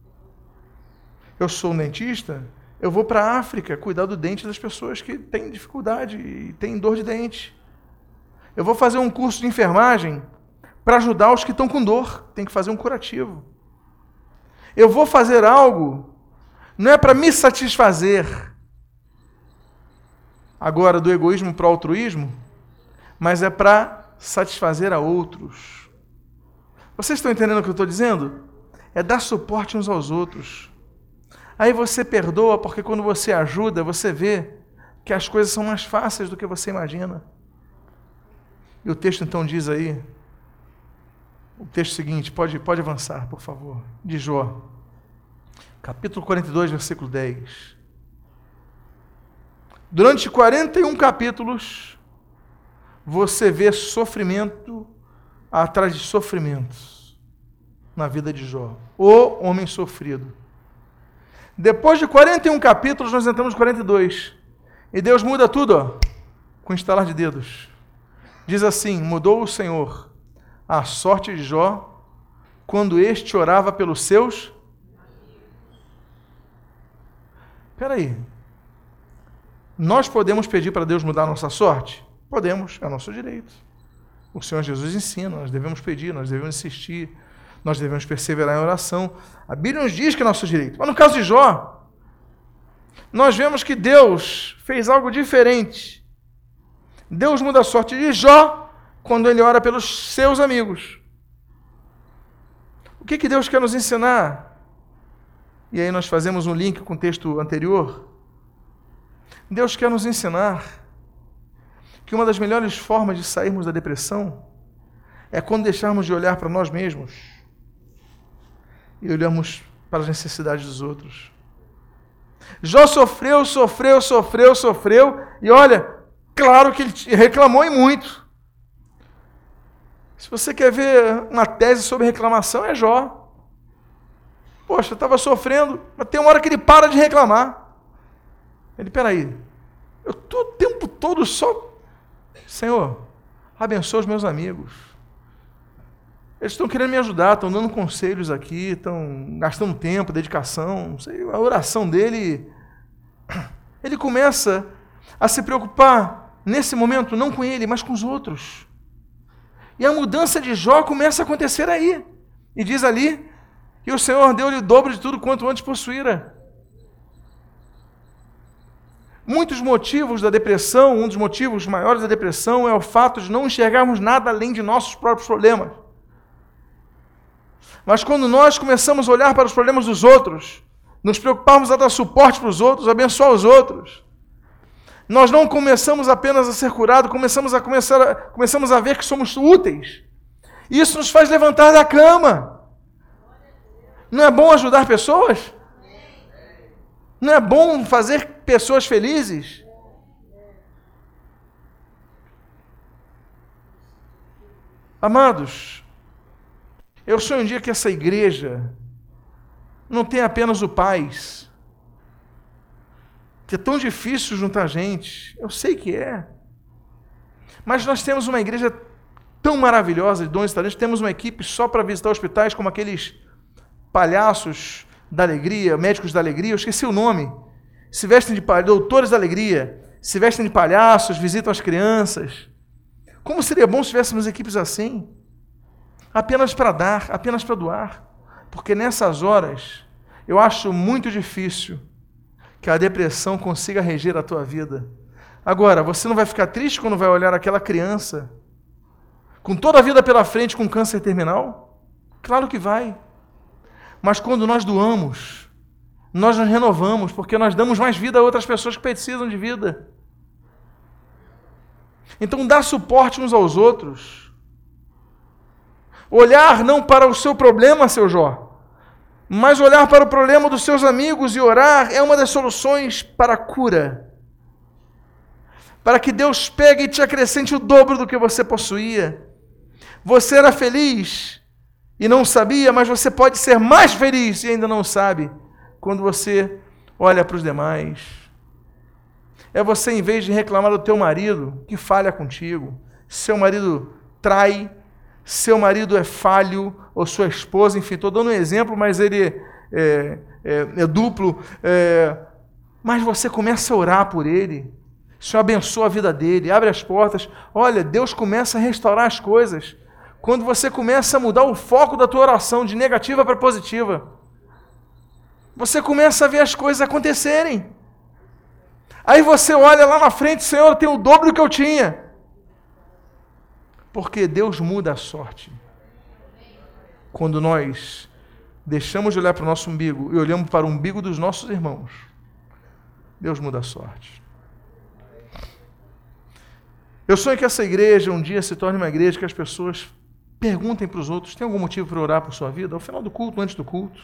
Eu sou um dentista, eu vou para a África cuidar do dente das pessoas que têm dificuldade e têm dor de dente. Eu vou fazer um curso de enfermagem para ajudar os que estão com dor. Tem que fazer um curativo. Eu vou fazer algo, não é para me satisfazer, agora do egoísmo para o altruísmo, mas é para satisfazer a outros. Vocês estão entendendo o que eu estou dizendo? É dar suporte uns aos outros. Aí você perdoa, porque quando você ajuda, você vê que as coisas são mais fáceis do que você imagina. E o texto então diz aí, o texto seguinte, pode, pode avançar, por favor, de Jó, capítulo quarenta e dois, versículo dez. Durante quarenta e um capítulos, você vê sofrimento atrás de sofrimentos na vida de Jó. O homem sofrido. Depois de quarenta e um capítulos, nós entramos no quarenta e dois. E Deus muda tudo, ó, com estalar de dedos. Diz assim: mudou o Senhor a sorte de Jó quando este orava pelos seus... Espera aí. Nós podemos pedir para Deus mudar a nossa sorte? Podemos, é nosso direito. O Senhor Jesus ensina, nós devemos pedir, nós devemos insistir, nós devemos perseverar em oração. A Bíblia nos diz que é nosso direito. Mas no caso de Jó, nós vemos que Deus fez algo diferente. Deus muda a sorte de Jó quando ele ora pelos seus amigos. O que, que Deus quer nos ensinar? E aí nós fazemos um link com o texto anterior. Deus quer nos ensinar que uma das melhores formas de sairmos da depressão é quando deixarmos de olhar para nós mesmos e olhamos para as necessidades dos outros. Jó sofreu, sofreu, sofreu, sofreu, e olha, claro que ele reclamou e muito. Se você quer ver uma tese sobre reclamação, é Jó. Poxa, eu estava sofrendo, mas tem uma hora que ele para de reclamar. Ele, peraí, eu estou o tempo todo só... Senhor, abençoa os meus amigos. Eles estão querendo me ajudar, estão dando conselhos aqui, estão gastando tempo, dedicação, não sei, a oração dele... Ele começa a se preocupar, nesse momento, não com ele, mas com os outros. E a mudança de Jó começa a acontecer aí. E diz ali que o Senhor deu-lhe o dobro de tudo quanto antes possuíra. Muitos motivos da depressão, um dos motivos maiores da depressão é o fato de não enxergarmos nada além de nossos próprios problemas. Mas quando nós começamos a olhar para os problemas dos outros, nos preocuparmos a dar suporte para os outros, abençoar os outros, nós não começamos apenas a ser curados, começamos a, começar a, começamos a ver que somos úteis. Isso nos faz levantar da cama. Não é bom ajudar pessoas? Não é bom fazer pessoas felizes? Amados, eu sonho um dia que essa igreja não tenha apenas o paz, que é tão difícil juntar gente, eu sei que é, mas nós temos uma igreja tão maravilhosa de dons e talentos, temos uma equipe só para visitar hospitais, como aqueles palhaços da alegria, médicos da alegria, eu esqueci o nome, se vestem de palhaços, doutores da alegria, se vestem de palhaços, visitam as crianças. Como seria bom se tivéssemos equipes assim, apenas para dar, apenas para doar, porque nessas horas eu acho muito difícil que a depressão consiga reger a tua vida. Agora, você não vai ficar triste quando vai olhar aquela criança com toda a vida pela frente com câncer terminal? Claro que vai. Mas quando nós doamos, nós nos renovamos, porque nós damos mais vida a outras pessoas que precisam de vida. Então, dar suporte uns aos outros. Olhar não para o seu problema, seu Jó, mas olhar para o problema dos seus amigos e orar é uma das soluções para a cura. Para que Deus pegue e te acrescente o dobro do que você possuía. Você era feliz e não sabia, mas você pode ser mais feliz e ainda não sabe, quando você olha para os demais. É você, em vez de reclamar do teu marido, que falha contigo, seu marido trai, seu marido é falho, ou sua esposa, enfim, estou dando um exemplo, mas ele é, é, é duplo, é, mas você começa a orar por ele, o Senhor abençoa a vida dele, abre as portas, olha, Deus começa a restaurar as coisas, quando você começa a mudar o foco da tua oração de negativa para positiva, você começa a ver as coisas acontecerem. Aí você olha lá na frente, Senhor, eu tenho o dobro do que eu tinha. Porque Deus muda a sorte. Quando nós deixamos de olhar para o nosso umbigo e olhamos para o umbigo dos nossos irmãos, Deus muda a sorte. Eu sonho que essa igreja um dia se torne uma igreja que as pessoas perguntem para os outros, tem algum motivo para orar por sua vida? Ao final do culto, antes do culto.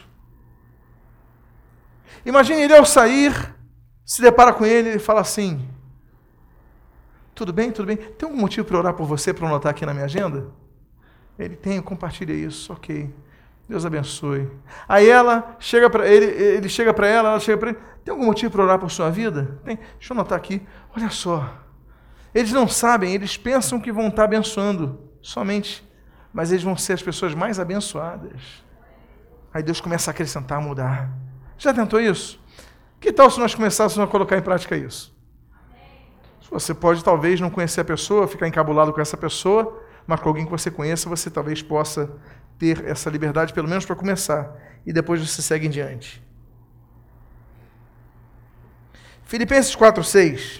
Imagine ele ao sair, se depara com ele e fala assim, tudo bem, tudo bem, tem algum motivo para orar por você, para eu anotar aqui na minha agenda? Ele tem, compartilha isso, ok. Deus abençoe. Aí ela chega para ele, ele chega para ela, ela chega para ele. Tem algum motivo para orar por sua vida? Tem. Deixa eu anotar aqui. Olha só. Eles não sabem, eles pensam que vão estar abençoando somente, mas eles vão ser as pessoas mais abençoadas. Aí Deus começa a acrescentar, a mudar. Já tentou isso? Que tal se nós começássemos a colocar em prática isso? Você pode talvez não conhecer a pessoa, ficar encabulado com essa pessoa, mas com alguém que você conheça, você talvez possa ter essa liberdade, pelo menos para começar, e depois você segue em diante. Filipenses quatro, seis.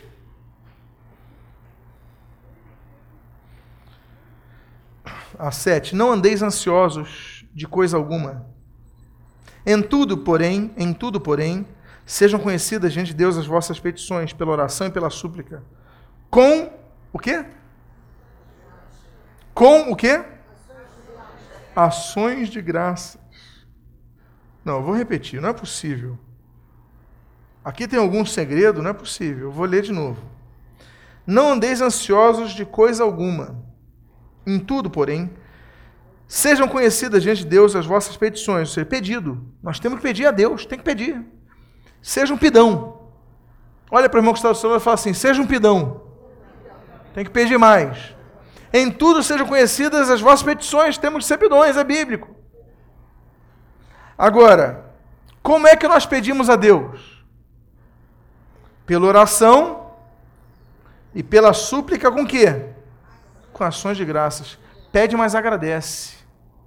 A sete. Não andeis ansiosos de coisa alguma. Em tudo, porém, em tudo, porém, sejam conhecidas diante de Deus as vossas petições, pela oração e pela súplica. Com o quê? Com o quê? Ações de graças. Não, eu vou repetir, não é possível. Aqui tem algum segredo, não é possível. Eu vou ler de novo. Não andeis ansiosos de coisa alguma. Em tudo, porém, sejam conhecidas diante de Deus as vossas petições. Ou seja, pedido. Nós temos que pedir a Deus, tem que pedir. Seja um pidão. Olha para o irmão que está do seu lado e fala assim, seja um pidão. Tem que pedir mais. Em tudo sejam conhecidas as vossas petições. Temos que ser pidões, é bíblico. Agora, como é que nós pedimos a Deus? Pela oração e pela súplica com quê? Com ações de graças. Pede, mas agradece.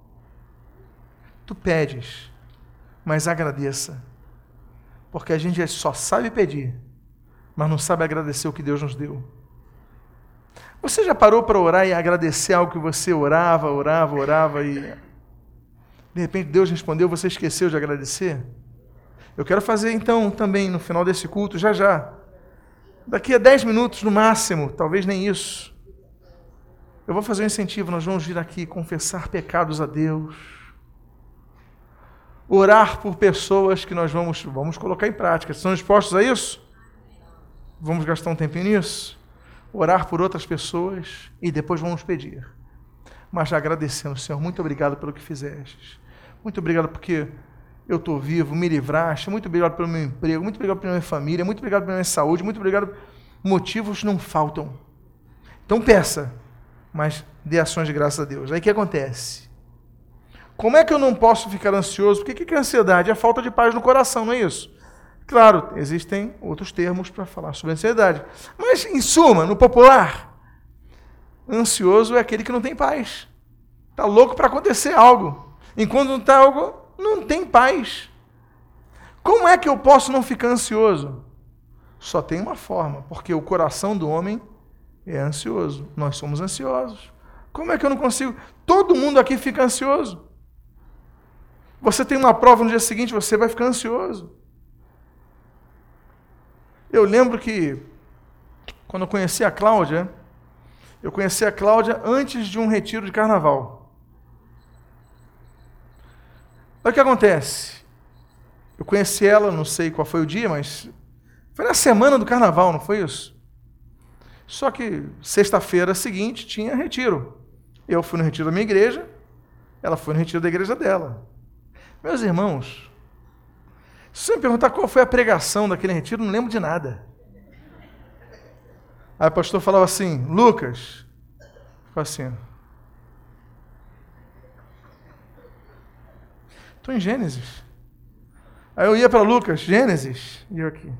Tu pedes, mas agradeça. Porque a gente só sabe pedir, mas não sabe agradecer o que Deus nos deu. Você já parou para orar e agradecer algo que você orava, orava, orava e de repente Deus respondeu, você esqueceu de agradecer? Eu quero fazer então também no final desse culto, já já. Daqui a dez minutos no máximo, talvez nem isso. Eu vou fazer um incentivo, nós vamos vir aqui confessar pecados a Deus. Orar por pessoas que nós vamos, vamos colocar em prática. Estão dispostos a isso? Vamos gastar um tempinho nisso? Orar por outras pessoas e depois vamos pedir. Mas já agradecendo, Senhor, muito obrigado pelo que fizeste. Muito obrigado porque eu estou vivo, me livraste. Muito obrigado pelo meu emprego, muito obrigado pela minha família, muito obrigado pela minha saúde, muito obrigado. Motivos não faltam. Então peça, mas dê ações de graças a Deus. Aí o que acontece? Como é que eu não posso ficar ansioso? Porque o que é ansiedade? É a falta de paz no coração, não é isso? Claro, existem outros termos para falar sobre ansiedade. Mas, em suma, no popular, ansioso é aquele que não tem paz. Está louco para acontecer algo. Enquanto não está algo, não tem paz. Como é que eu posso não ficar ansioso? Só tem uma forma, porque o coração do homem é ansioso. Nós somos ansiosos. Como é que eu não consigo? Todo mundo aqui fica ansioso. Você tem uma prova no dia seguinte, você vai ficar ansioso. Eu lembro que, quando eu conheci a Cláudia, eu conheci a Cláudia antes de um retiro de carnaval. Olha o que acontece. Eu conheci ela, não sei qual foi o dia, mas foi na semana do carnaval, não foi isso? Só que sexta-feira seguinte tinha retiro. Eu fui no retiro da minha igreja, ela foi no retiro da igreja dela. Meus irmãos, se você me perguntar qual foi a pregação daquele retiro, não lembro de nada. Aí o pastor falava assim, Lucas, ficou assim, estou em Gênesis. Aí eu ia para Lucas, Gênesis, e eu aqui.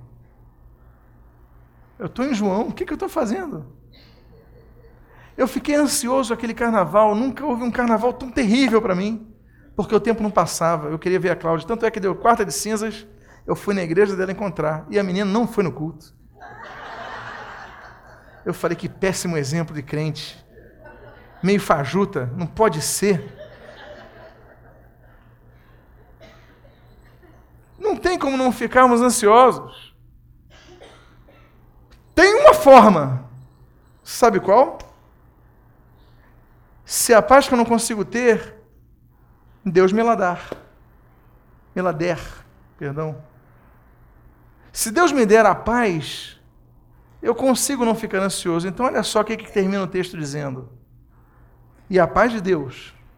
Eu estou em João, o que, que eu estou fazendo? Eu fiquei ansioso aquele carnaval, nunca houve um carnaval tão terrível para mim. Porque o tempo não passava, eu queria ver a Cláudia. Tanto é que deu quarta de cinzas, eu fui na igreja dela encontrar. E a menina não foi no culto. Eu falei, que péssimo exemplo de crente. Meio fajuta, não pode ser. Não tem como não ficarmos ansiosos. Tem uma forma. Sabe qual? Se a paz que eu não consigo ter, Deus me la dar, me la der, perdão. Se Deus me der a paz, eu consigo não ficar ansioso. Então olha só o que, que termina o texto dizendo. E a paz de Deus,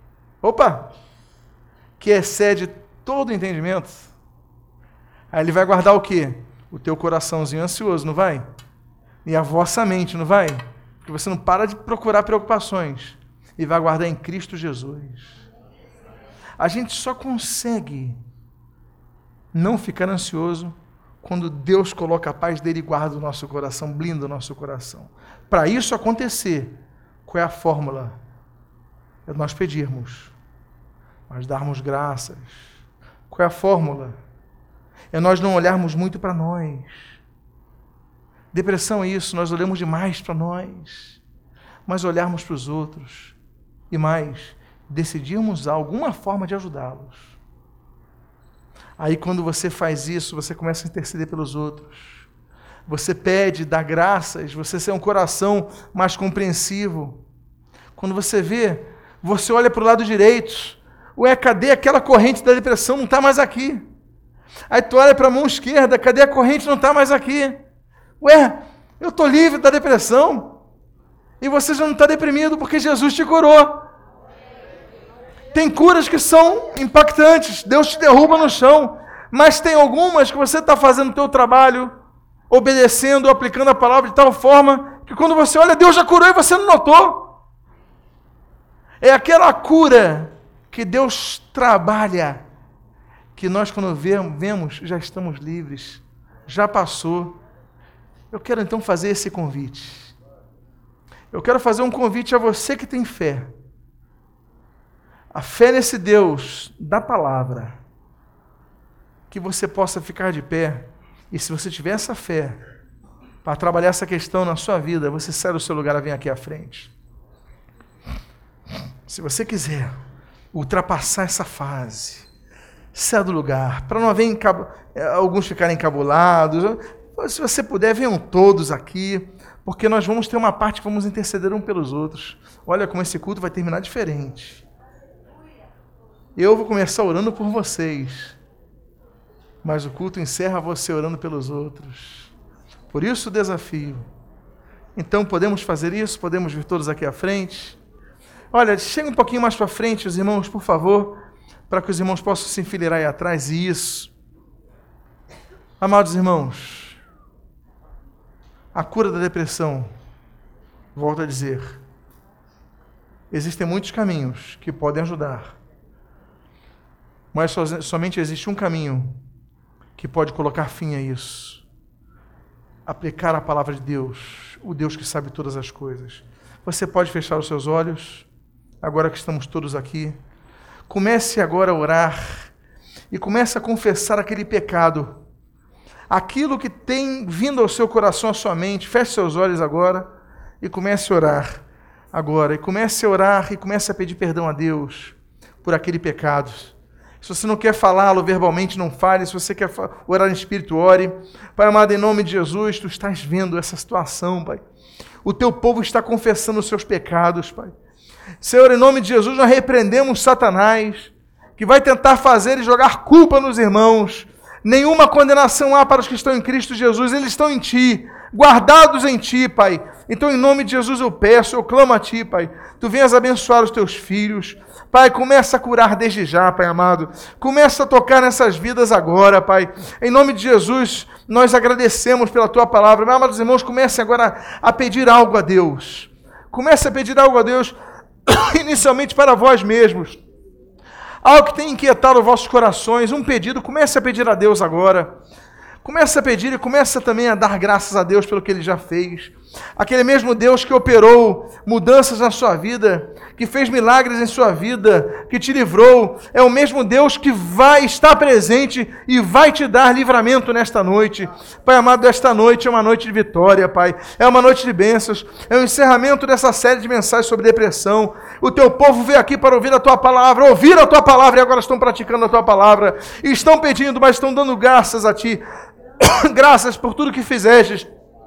Opa! Que excede todo entendimento. Aí ele vai guardar o quê? O teu coraçãozinho ansioso, não vai? E a vossa mente, não vai? Porque você não para de procurar preocupações. E vai guardar em Cristo Jesus. A gente só consegue não ficar ansioso quando Deus coloca a paz dele e guarda o nosso coração, blinda o nosso coração. Para isso acontecer, qual é a fórmula? É nós pedirmos, nós darmos graças. Qual é a fórmula? É nós não olharmos muito para nós. Depressão é isso, nós olhamos demais para nós, mas olharmos para os outros e mais, decidirmos alguma forma de ajudá-los. Aí quando você faz isso, você começa a interceder pelos outros. Você pede, dá graças, você tem um coração mais compreensivo. Quando você vê, você olha para o lado direito. Ué, cadê aquela corrente da depressão? Não está mais aqui. Aí tu olha para a mão esquerda, cadê a corrente? Não está mais aqui. Ué, eu estou livre da depressão. E você já não está deprimido porque Jesus te curou. Tem curas que são impactantes, Deus te derruba no chão, mas tem algumas que você está fazendo o teu trabalho, obedecendo, aplicando a palavra de tal forma, que quando você olha, Deus já curou e você não notou. É aquela cura que Deus trabalha, que nós quando vemos, já estamos livres, já passou. Eu quero então fazer esse convite. Eu quero fazer um convite a você que tem fé. A fé nesse Deus da palavra, que você possa ficar de pé, e se você tiver essa fé, para trabalhar essa questão na sua vida, você sai do seu lugar e vem aqui à frente. Se você quiser ultrapassar essa fase, sai do lugar, para não haver encab... alguns ficarem encabulados, se você puder, venham todos aqui, porque nós vamos ter uma parte que vamos interceder um pelos outros. Olha como esse culto vai terminar diferente. Eu vou começar orando por vocês, mas o culto encerra você orando pelos outros. Por isso o desafio. Então podemos fazer isso? Podemos vir todos aqui à frente? Olha, chega um pouquinho mais para frente, os irmãos, por favor, para que os irmãos possam se enfileirar aí atrás. Isso. Amados irmãos, a cura da depressão, volto a dizer, existem muitos caminhos que podem ajudar. Mas somente existe um caminho que pode colocar fim a isso. Aplicar a palavra de Deus, o Deus que sabe todas as coisas. Você pode fechar os seus olhos, agora que estamos todos aqui. Comece agora a orar e comece a confessar aquele pecado. Aquilo que tem vindo ao seu coração, à sua mente. Feche seus olhos agora e comece a orar agora. E comece a orar e comece a pedir perdão a Deus por aquele pecado. Se você não quer falá-lo verbalmente, não fale. Se você quer orar em espírito, ore. Pai amado, em nome de Jesus, Tu estás vendo essa situação, Pai. O Teu povo está confessando os seus pecados, Pai. Senhor, em nome de Jesus, nós repreendemos Satanás, que vai tentar fazer e jogar culpa nos irmãos. Nenhuma condenação há para os que estão em Cristo Jesus. Eles estão em Ti, guardados em Ti, Pai. Então, em nome de Jesus, eu peço, eu clamo a Ti, Pai. Tu venhas abençoar os Teus filhos. Pai, começa a curar desde já, Pai amado. Começa a tocar nessas vidas agora, Pai. Em nome de Jesus, nós agradecemos pela Tua palavra. Meus amados irmãos, comecem agora a pedir algo a Deus. Comece a pedir algo a Deus, inicialmente para vós mesmos. Algo que tem inquietado os vossos corações, um pedido, comece a pedir a Deus agora. Comece a pedir e comece também a dar graças a Deus pelo que Ele já fez. Aquele mesmo Deus que operou mudanças na sua vida, que fez milagres em sua vida, que te livrou, é o mesmo Deus que vai estar presente e vai te dar livramento nesta noite. Pai amado, esta noite é uma noite de vitória, Pai. É uma noite de bênçãos. É o encerramento dessa série de mensagens sobre depressão. O Teu povo veio aqui para ouvir a Tua palavra, ouvir a Tua palavra e agora estão praticando a Tua palavra. E estão pedindo, mas estão dando graças a Ti. Graças por tudo que fizestes.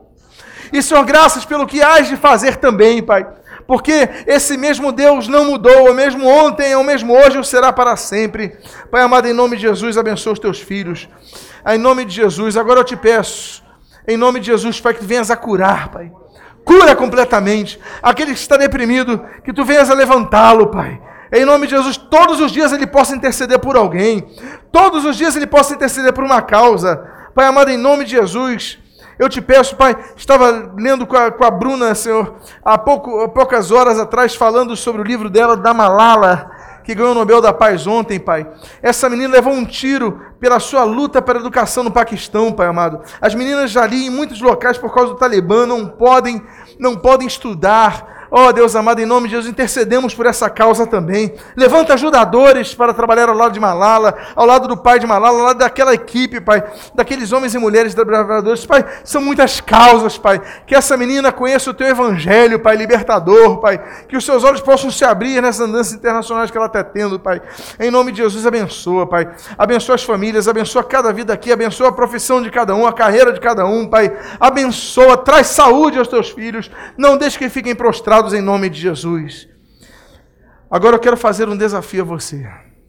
E, Senhor, graças pelo que hás de fazer também, Pai. Porque esse mesmo Deus não mudou, o mesmo ontem, é o mesmo hoje, o será para sempre. Pai amado, em nome de Jesus, abençoa os Teus filhos. Em nome de Jesus, agora eu te peço, em nome de Jesus, Pai, que Tu venhas a curar, Pai. Cura completamente. Aquele que está deprimido, que Tu venhas a levantá-lo, Pai. Em nome de Jesus, todos os dias ele possa interceder por alguém. Todos os dias ele possa interceder por uma causa. Pai amado, em nome de Jesus, eu te peço, Pai, estava lendo com a, com a Bruna, Senhor, há, pouco, há poucas horas atrás, falando sobre o livro dela, da Malala, que ganhou o Nobel da Paz ontem, Pai. Essa menina levou um tiro pela sua luta pela educação no Paquistão, Pai amado. As meninas ali, em muitos locais, por causa do Talibã, não podem, não podem estudar. Ó, oh, Deus amado, em nome de Jesus, intercedemos por essa causa também. Levanta ajudadores para trabalhar ao lado de Malala, ao lado do pai de Malala, ao lado daquela equipe, Pai, daqueles homens e mulheres trabalhadores. Pai, são muitas causas, Pai. Que essa menina conheça o Teu Evangelho, Pai, libertador, Pai. Que os seus olhos possam se abrir nessas andanças internacionais que ela está tendo, Pai. Em nome de Jesus, abençoa, Pai. Abençoa as famílias, abençoa cada vida aqui, abençoa a profissão de cada um, a carreira de cada um, Pai. Abençoa, traz saúde aos Teus filhos. Não deixe que fiquem prostrados em nome de Jesus. Agora eu quero fazer um desafio a você.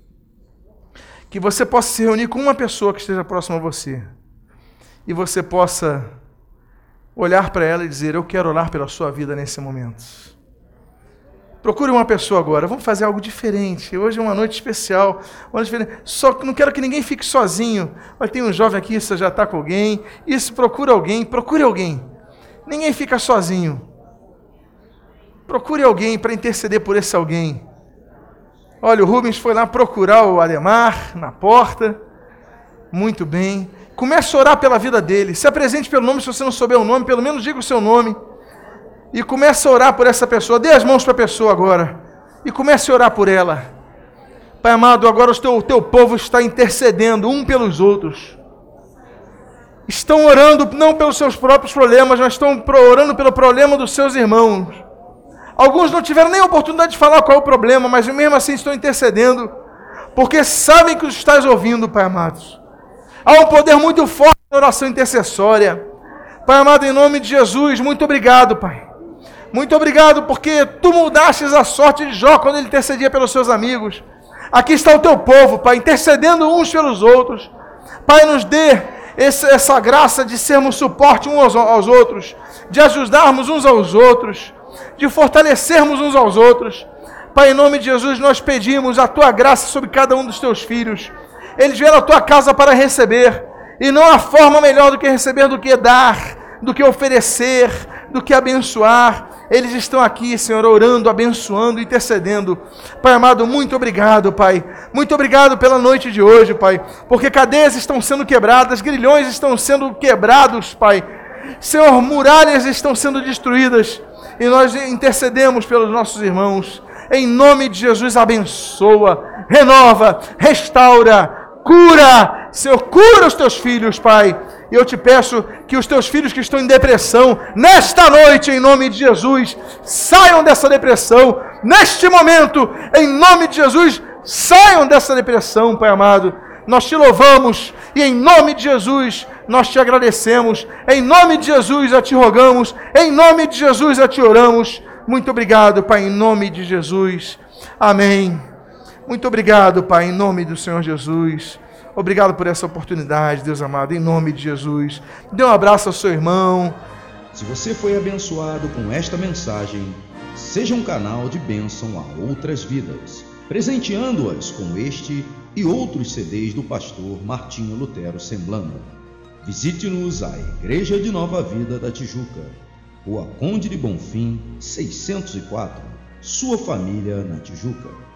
Que você possa se reunir com uma pessoa que esteja próxima a você. E você possa olhar para ela e dizer: eu quero orar pela sua vida nesse momento. Procure uma pessoa agora. Vamos fazer algo diferente. Hoje é uma noite especial. Uma noite diferente. Só que não quero que ninguém fique sozinho. Olha, tem um jovem aqui, você já está com alguém. Isso, procura alguém. Procure alguém. Ninguém fica sozinho. Procure alguém para interceder por esse alguém. Olha, o Rubens foi lá procurar o Ademar na porta. Muito bem. Comece a orar pela vida dele. Se apresente pelo nome, se você não souber o nome, pelo menos diga o seu nome. E comece a orar por essa pessoa. Dê as mãos para a pessoa agora. E comece a orar por ela. Pai amado, agora o teu, o teu povo está intercedendo um pelos outros. Estão orando não pelos seus próprios problemas, mas estão orando pelo problema dos seus irmãos. Alguns não tiveram nem a oportunidade de falar qual é o problema, mas mesmo assim estão intercedendo, porque sabem que os estás ouvindo, Pai amado. Há um poder muito forte na oração intercessória. Pai amado, em nome de Jesus, muito obrigado, Pai. Muito obrigado, porque Tu mudaste a sorte de Jó quando ele intercedia pelos seus amigos. Aqui está o Teu povo, Pai, intercedendo uns pelos outros. Pai, nos dê esse, essa graça de sermos suporte uns aos, aos outros, de ajudarmos uns aos outros, de fortalecermos uns aos outros. Pai, em nome de Jesus, nós pedimos a Tua graça sobre cada um dos Teus filhos. Eles vieram à Tua casa para receber, e não há forma melhor do que receber, do que dar, do que oferecer, do que abençoar. Eles estão aqui, Senhor, orando, abençoando, intercedendo. Pai amado, muito obrigado, Pai. Muito obrigado pela noite de hoje, Pai, porque cadeias estão sendo quebradas, grilhões estão sendo quebrados, Pai. Senhor, muralhas estão sendo destruídas, e nós intercedemos pelos nossos irmãos. Em nome de Jesus, abençoa, renova, restaura, cura. Senhor, cura os Teus filhos, Pai. E eu te peço que os Teus filhos que estão em depressão, nesta noite, em nome de Jesus, saiam dessa depressão. Neste momento, em nome de Jesus, saiam dessa depressão, Pai amado. Nós Te louvamos e em nome de Jesus nós Te agradecemos. Em nome de Jesus a Te rogamos. Em nome de Jesus a Te oramos. Muito obrigado, Pai, em nome de Jesus. Amém. Muito obrigado, Pai, em nome do Senhor Jesus. Obrigado por essa oportunidade, Deus amado, em nome de Jesus. Dê um abraço ao seu irmão. Se você foi abençoado com esta mensagem, seja um canal de bênção a outras vidas, presenteando-as com este e outros C Ds do pastor Martinho Lutero Semblando. Visite-nos à Igreja de Nova Vida da Tijuca, Rua Conde de Bonfim, seiscentos e quatro, sua família na Tijuca.